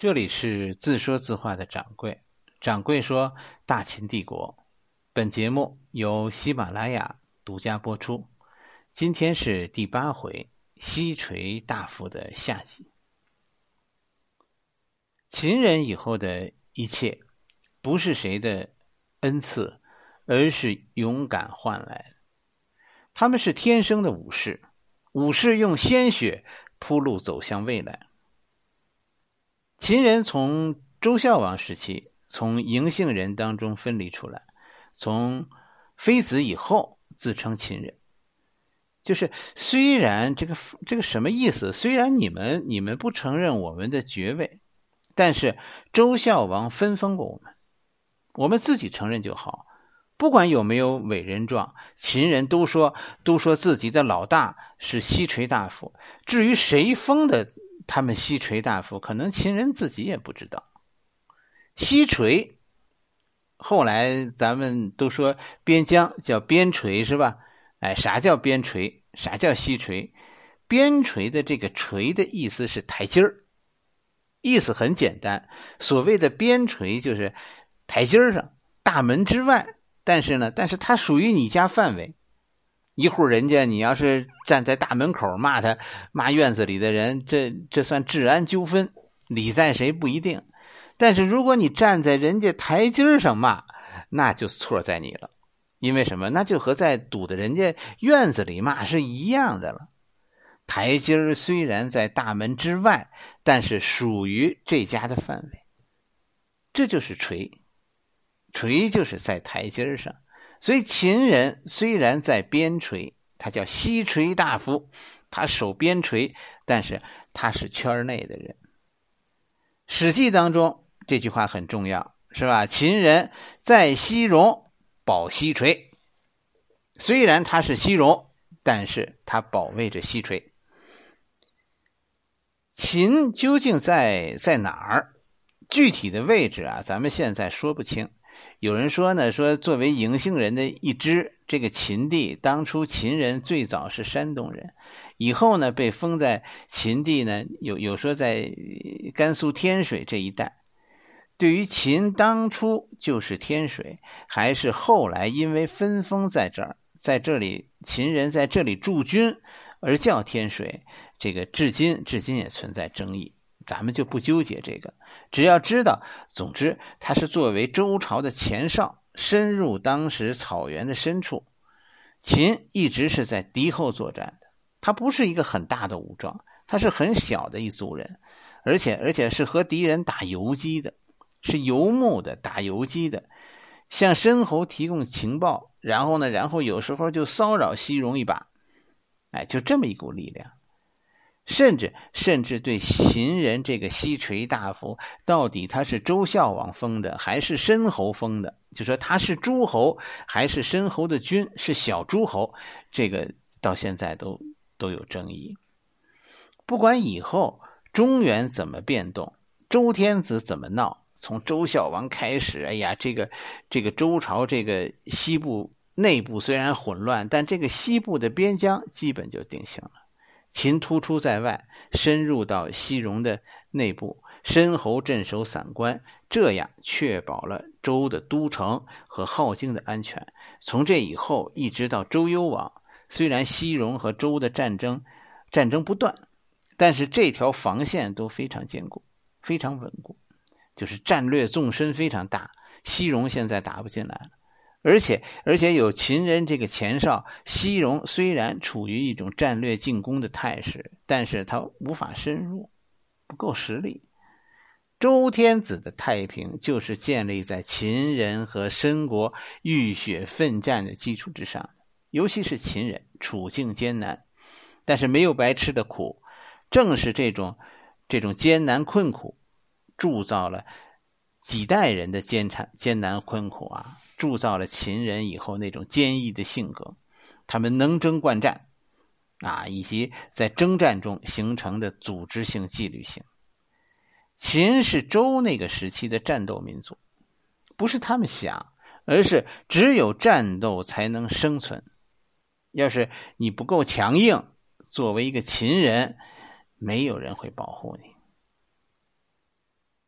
这里是自说自话的掌柜。掌柜说大秦帝国，本节目由喜马拉雅独家播出。今天是第8回，西垂大夫的下集。秦人以后的一切，不是谁的恩赐，而是勇敢换来的。他们是天生的武士，武士用鲜血铺路走向未来。秦人从周孝王时期从嬴姓人当中分离出来，从妃子以后自称秦人。就是虽然这个什么意思？虽然你们不承认我们的爵位，但是周孝王分封过我们自己承认就好。不管有没有伟人状，秦人都说自己的老大是西垂大夫。至于谁封的他们西垂大夫，可能秦人自己也不知道。西垂后来咱们都说边疆叫边陲是吧？啥叫边陲？啥叫西垂？边陲的这个陲的意思是台阶儿，意思很简单。所谓的边陲就是台阶上，大门之外，但是它属于你家范围。一户人家你要是站在大门口骂院子里的人，这算治安纠纷，理在谁不一定。但是如果你站在人家台阶上骂，那就错在你了。因为什么？那就和在堵的人家院子里骂是一样的了。台阶虽然在大门之外，但是属于这家的范围。这就是陲，陲就是在台阶上。所以秦人虽然在边陲，他叫西垂大夫，他守边陲，但是他是圈内的人。史记当中这句话很重要，是吧？秦人在西戎保西陲，虽然他是西戎，但是他保卫着西陲。秦究竟在哪儿？具体的位置啊，咱们现在说不清。有人说作为嬴姓人的一支，这个秦地当初秦人最早是山东人，以后呢被封在秦地呢，有说在甘肃天水这一带。对于秦当初就是天水，还是后来因为分封在这儿，在这里秦人在这里驻军而叫天水，这个至今也存在争议，咱们就不纠结这个。只要知道，总之他是作为周朝的前哨，深入当时草原的深处。秦一直是在敌后作战的，他不是一个很大的武装，他是很小的一族人，而且是和敌人打游击的，是游牧的，打游击的，向申侯提供情报，然后有时候就骚扰西戎一把，就这么一股力量。甚至对秦人这个西垂大夫，到底他是周孝王封的还是申侯封的，就说他是诸侯还是申侯的君，是小诸侯，这个到现在都有争议。不管以后中原怎么变动，周天子怎么闹，从周孝王开始，这个周朝这个西部内部虽然混乱，但这个西部的边疆基本就定型了。秦突出在外，深入到西戎的内部，申侯镇守散关，这样确保了周的都城和镐京的安全。从这以后一直到周幽王，虽然西戎和周的战争不断，但是这条防线都非常坚固，非常稳固，就是战略纵深非常大，西戎现在打不进来了。而且有秦人这个前哨，西戎虽然处于一种战略进攻的态势，但是他无法深入，不够实力。周天子的太平就是建立在秦人和申国浴血奋战的基础之上，尤其是秦人处境艰难，但是没有白吃的苦，正是这种艰难困苦铸造了几代人的艰难困苦啊，铸造了秦人以后那种坚毅的性格，他们能征惯战以及在征战中形成的组织性纪律性。秦是周那个时期的战斗民族，不是他们想，而是只有战斗才能生存。要是你不够强硬，作为一个秦人，没有人会保护你。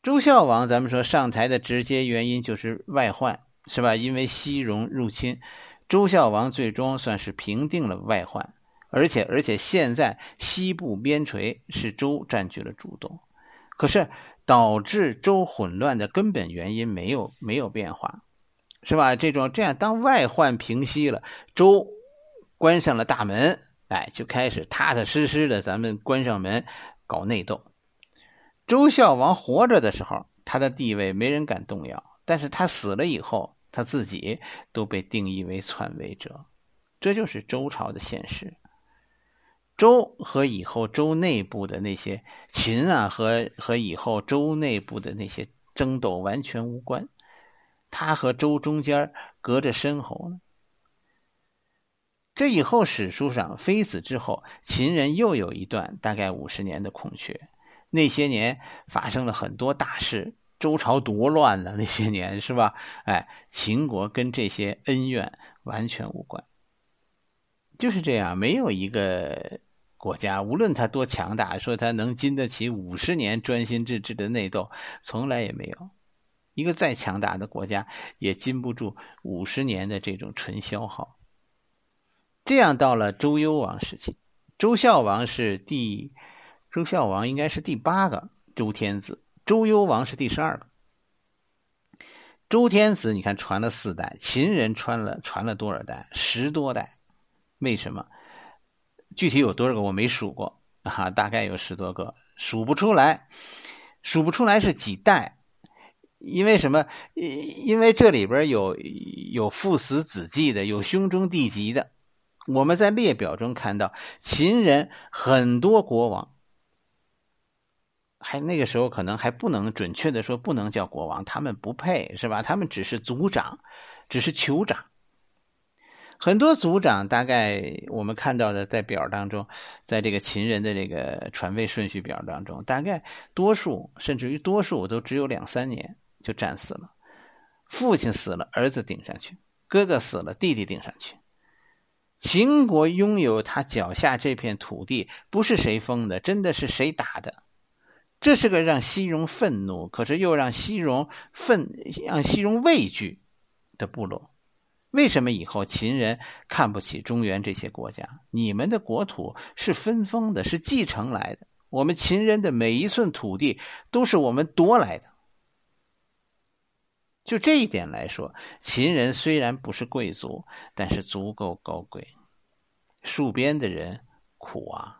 周孝王咱们说上台的直接原因就是外患，是吧？因为西戎入侵，周孝王最终算是平定了外患，而且现在西部边陲是周占据了主动，可是导致周混乱的根本原因没有变化，是吧？这样当外患平息了，周关上了大门，就开始踏踏实实的咱们关上门搞内斗。周孝王活着的时候，他的地位没人敢动摇，但是他死了以后，他自己都被定义为篡位者，这就是周朝的现实。周和以后周内部的那些秦和以后周内部的那些争斗完全无关，他和周中间隔着申侯呢。这以后史书上非此之后，秦人又有一段大概50年的空缺，那些年发生了很多大事，周朝多乱了，那些年是吧？秦国跟这些恩怨完全无关。就是这样，没有一个国家无论它多强大，说它能经得起50年专心致志的内斗，从来也没有。一个再强大的国家也经不住50年的这种纯消耗。这样到了周幽王时期，周孝王应该是第8个周天子，周幽王是第12个。周天子你看传了4代，秦人传了多少代？10多代。为什么？具体有多少个我没数过大概有10多个，数不出来是几代。因为什么？因为这里边有父死子继的，有兄终弟及的。我们在列表中看到秦人很多国王，那个时候可能还不能准确的说不能叫国王，他们不配，是吧？他们只是族长，只是酋长。很多族长大概我们看到的在表当中，在这个秦人的这个传位顺序表当中，大概多数甚至于多数都只有2-3年就战死了。父亲死了，儿子顶上去；哥哥死了，弟弟顶上去。秦国拥有他脚下这片土地，不是谁封的，真的是谁打的。这是个让西戎愤怒，可是又让西戎畏惧的部落。为什么以后秦人看不起中原这些国家？你们的国土是分封的，是继承来的，我们秦人的每一寸土地都是我们夺来的。就这一点来说，秦人虽然不是贵族，但是足够高贵。戍边的人苦啊。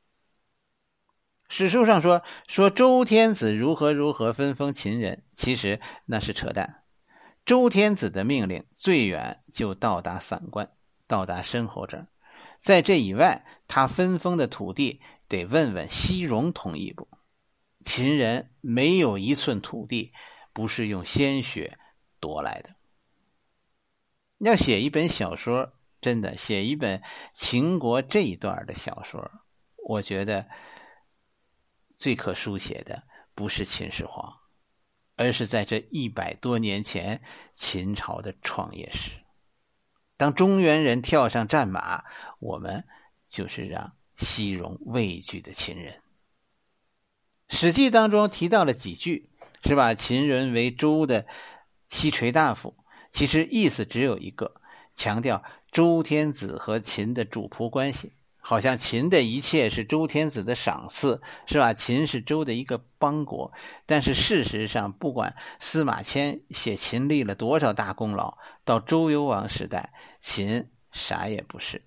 史书上说周天子如何分封秦人，其实那是扯淡。周天子的命令最远就到达散关，到达申侯这儿，在这以外，他分封的土地得问问西戎同意不。秦人没有一寸土地不是用鲜血夺来的。要写一本小说，真的写一本秦国这一段的小说，我觉得最可书写的不是秦始皇，而是在这100多年前秦朝的创业史。当中原人跳上战马，我们就是让西戎畏惧的秦人。史记当中提到了几句，是吧？秦人为周的西垂大夫，其实意思只有一个，强调周天子和秦的主仆关系，好像秦的一切是周天子的赏赐，是吧？秦是周的一个邦国。但是事实上，不管司马迁写秦立了多少大功劳，到周幽王时代，秦啥也不是。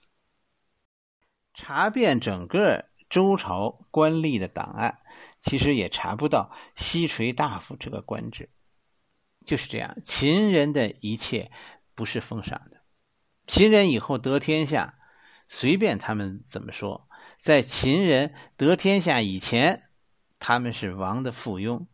查遍整个周朝官吏的档案，其实也查不到西垂大夫这个官职。就是这样，秦人的一切不是封赏的。秦人以后得天下，随便他们怎么说，在秦人得天下以前，他们是王的附庸。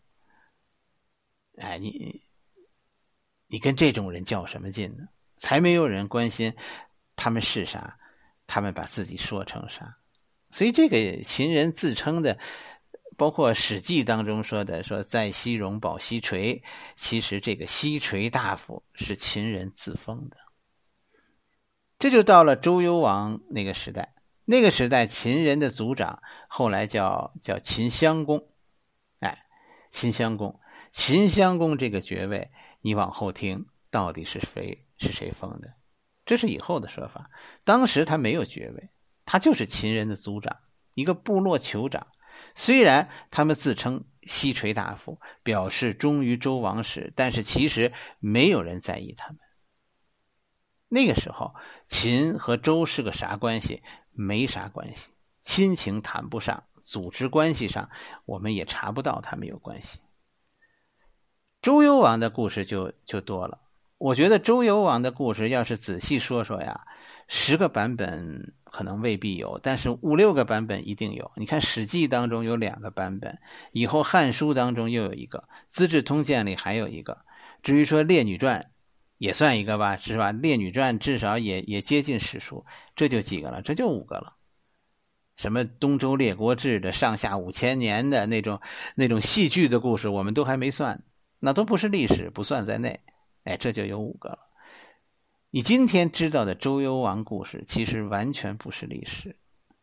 你跟这种人较什么劲呢？才没有人关心他们是啥，他们把自己说成啥。所以这个秦人自称的，包括史记当中说的，说在西戎保西垂，其实这个西垂大夫是秦人自封的。这就到了周幽王那个时代，那个时代秦人的族长后来叫秦襄公。 秦襄公。秦襄公这个爵位，你往后听，到底是谁封的？这是以后的说法。当时他没有爵位，他就是秦人的族长，一个部落酋长。虽然他们自称西垂大夫，表示忠于周王室，但是其实没有人在意他们。那个时候，秦和周是个啥关系？没啥关系，亲情谈不上，组织关系上我们也查不到他们有关系。周幽王的故事就多了。我觉得周幽王的故事要是仔细说说呀，10个版本可能未必有，但是5、6个版本一定有。你看《史记》当中有2个版本，以后《汉书》当中又有一个，《资治通鉴》里还有一个。至于说《列女传》也算一个吧，是吧？《列女传》至少也接近史书，这就几个了，这就5个了。什么东周列国志的上下5000年的那种戏剧的故事，我们都还没算，那都不是历史，不算在内。哎，这就有5个了。你今天知道的周幽王故事，其实完全不是历史。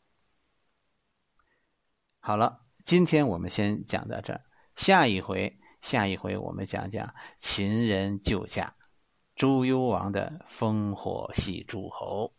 好了，今天我们先讲到这儿，下一回我们讲讲秦人救驾，周幽王的烽火戏诸侯。